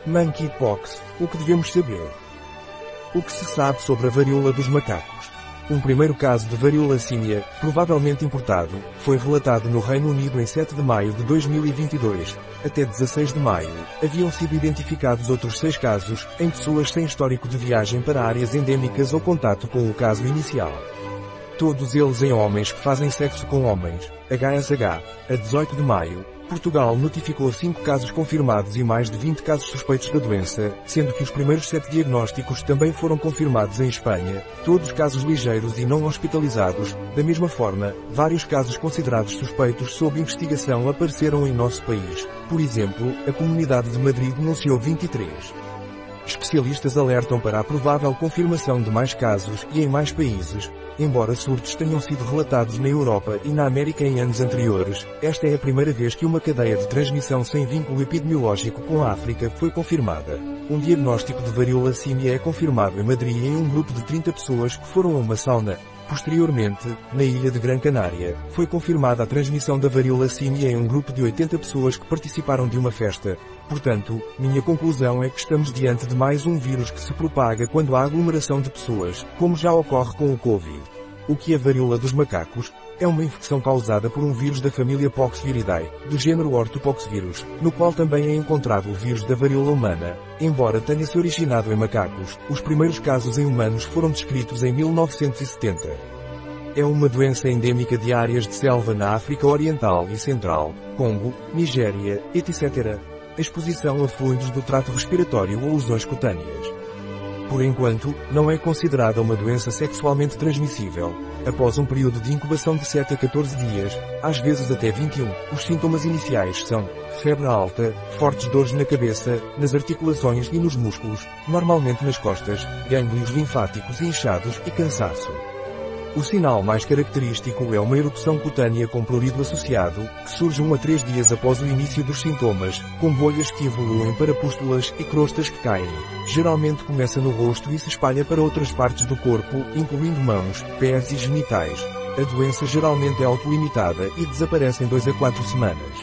Monkeypox, o que devemos saber? O que se sabe sobre a varíola dos macacos? Um primeiro caso de varíola símia, provavelmente importado, foi relatado no Reino Unido em 7 de maio de 2022. Até 16 de maio, haviam sido identificados outros 6 casos, em pessoas sem histórico de viagem para áreas endêmicas ou contato com o caso inicial. Todos eles em homens que fazem sexo com homens. HSH. A 18 de maio, Portugal notificou 5 casos confirmados e mais de 20 casos suspeitos da doença, sendo que os primeiros 7 diagnósticos também foram confirmados em Espanha, todos casos ligeiros e não hospitalizados. Da mesma forma, vários casos considerados suspeitos sob investigação apareceram em nosso país. Por exemplo, a Comunidade de Madrid denunciou 23. Especialistas alertam para a provável confirmação de mais casos e em mais países. Embora surtos tenham sido relatados na Europa e na América em anos anteriores, esta é a primeira vez que uma cadeia de transmissão sem vínculo epidemiológico com a África foi confirmada. Um diagnóstico de varíola símia é confirmado em Madrid em um grupo de 30 pessoas que foram a uma sauna. Posteriormente, na ilha de Gran Canária, foi confirmada a transmissão da varíola símia em um grupo de 80 pessoas que participaram de uma festa. Portanto, minha conclusão é que estamos diante de mais um vírus que se propaga quando há aglomeração de pessoas, como já ocorre com o Covid. O que é varíola dos macacos? É uma infecção causada por um vírus da família Poxviridae, do gênero Orthopoxvirus, no qual também é encontrado o vírus da varíola humana. Embora tenha se originado em macacos, os primeiros casos em humanos foram descritos em 1970. É uma doença endêmica de áreas de selva na África Oriental e Central, Congo, Nigéria, etc. A exposição a fluidos do trato respiratório ou lesões cutâneas. Por enquanto, não é considerada uma doença sexualmente transmissível. Após um período de incubação de 7 a 14 dias, às vezes até 21, os sintomas iniciais são febre alta, fortes dores na cabeça, nas articulações e nos músculos, normalmente nas costas, gânglios linfáticos inchados e cansaço. O sinal mais característico é uma erupção cutânea com prurido associado, que surge 1 a 3 dias após o início dos sintomas, com bolhas que evoluem para pústulas e crostas que caem. Geralmente começa no rosto e se espalha para outras partes do corpo, incluindo mãos, pés e genitais. A doença geralmente é autolimitada e desaparece em 2 a 4 semanas.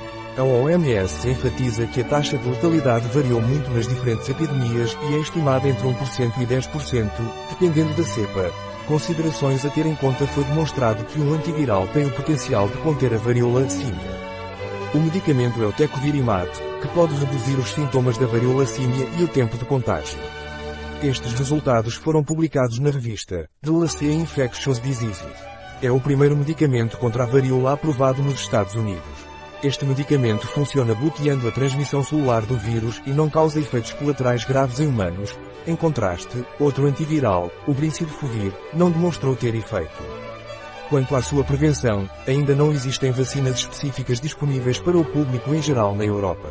A OMS enfatiza que a taxa de letalidade variou muito nas diferentes epidemias e é estimada entre 1% e 10%, dependendo da cepa. Considerações a ter em conta: foi demonstrado que um antiviral tem o potencial de conter a varíola símia. O medicamento é o Tecovirimat, que pode reduzir os sintomas da varíola símia e o tempo de contágio. Estes resultados foram publicados na revista The Lancet Infectious Diseases. É o primeiro medicamento contra a varíola aprovado nos Estados Unidos. Este medicamento funciona bloqueando a transmissão celular do vírus e não causa efeitos colaterais graves em humanos. Em contraste, outro antiviral, o Brincidofovir, não demonstrou ter efeito. Quanto à sua prevenção, ainda não existem vacinas específicas disponíveis para o público em geral na Europa.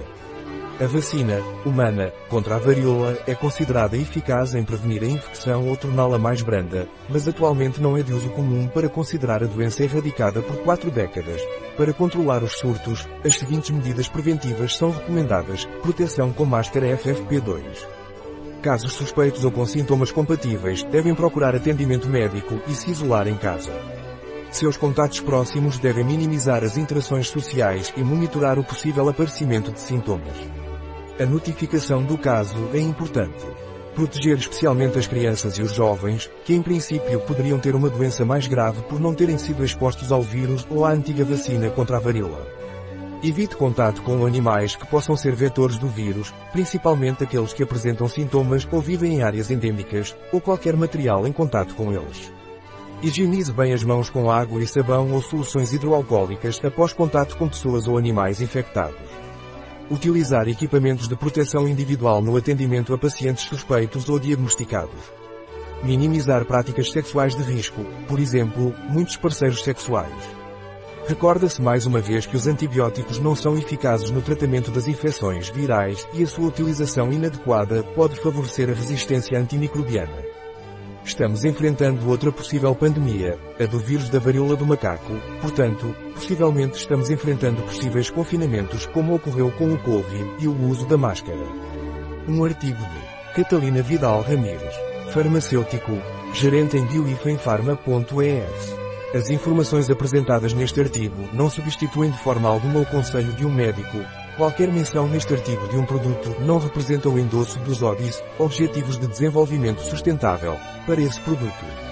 A vacina humana contra a varíola é considerada eficaz em prevenir a infecção ou torná-la mais branda, mas atualmente não é de uso comum para considerar a doença erradicada por 4 décadas. Para controlar os surtos, as seguintes medidas preventivas são recomendadas: proteção com máscara FFP2. Casos suspeitos ou com sintomas compatíveis devem procurar atendimento médico e se isolar em casa. Seus contatos próximos devem minimizar as interações sociais e monitorar o possível aparecimento de sintomas. A notificação do caso é importante. Proteger especialmente as crianças e os jovens, que em princípio poderiam ter uma doença mais grave por não terem sido expostos ao vírus ou à antiga vacina contra a varíola. Evite contato com animais que possam ser vetores do vírus, principalmente aqueles que apresentam sintomas ou vivem em áreas endêmicas, ou qualquer material em contato com eles. Higienize bem as mãos com água e sabão ou soluções hidroalcoólicas após contato com pessoas ou animais infectados. Utilizar equipamentos de proteção individual no atendimento a pacientes suspeitos ou diagnosticados. Minimizar práticas sexuais de risco, por exemplo, muitos parceiros sexuais. Recorda-se mais uma vez que os antibióticos não são eficazes no tratamento das infecções virais e a sua utilização inadequada pode favorecer a resistência antimicrobiana. Estamos enfrentando outra possível pandemia, a do vírus da varíola do macaco, portanto, possivelmente estamos enfrentando possíveis confinamentos como ocorreu com o Covid e o uso da máscara. Um artigo de Catalina Vidal Ramírez, farmacêutico, gerente em bioifenfarma.es. As informações apresentadas neste artigo não substituem de forma alguma o conselho de um médico. Qualquer menção neste artigo de um produto não representa o endosso dos ODIs, Objetivos de Desenvolvimento Sustentável, para esse produto.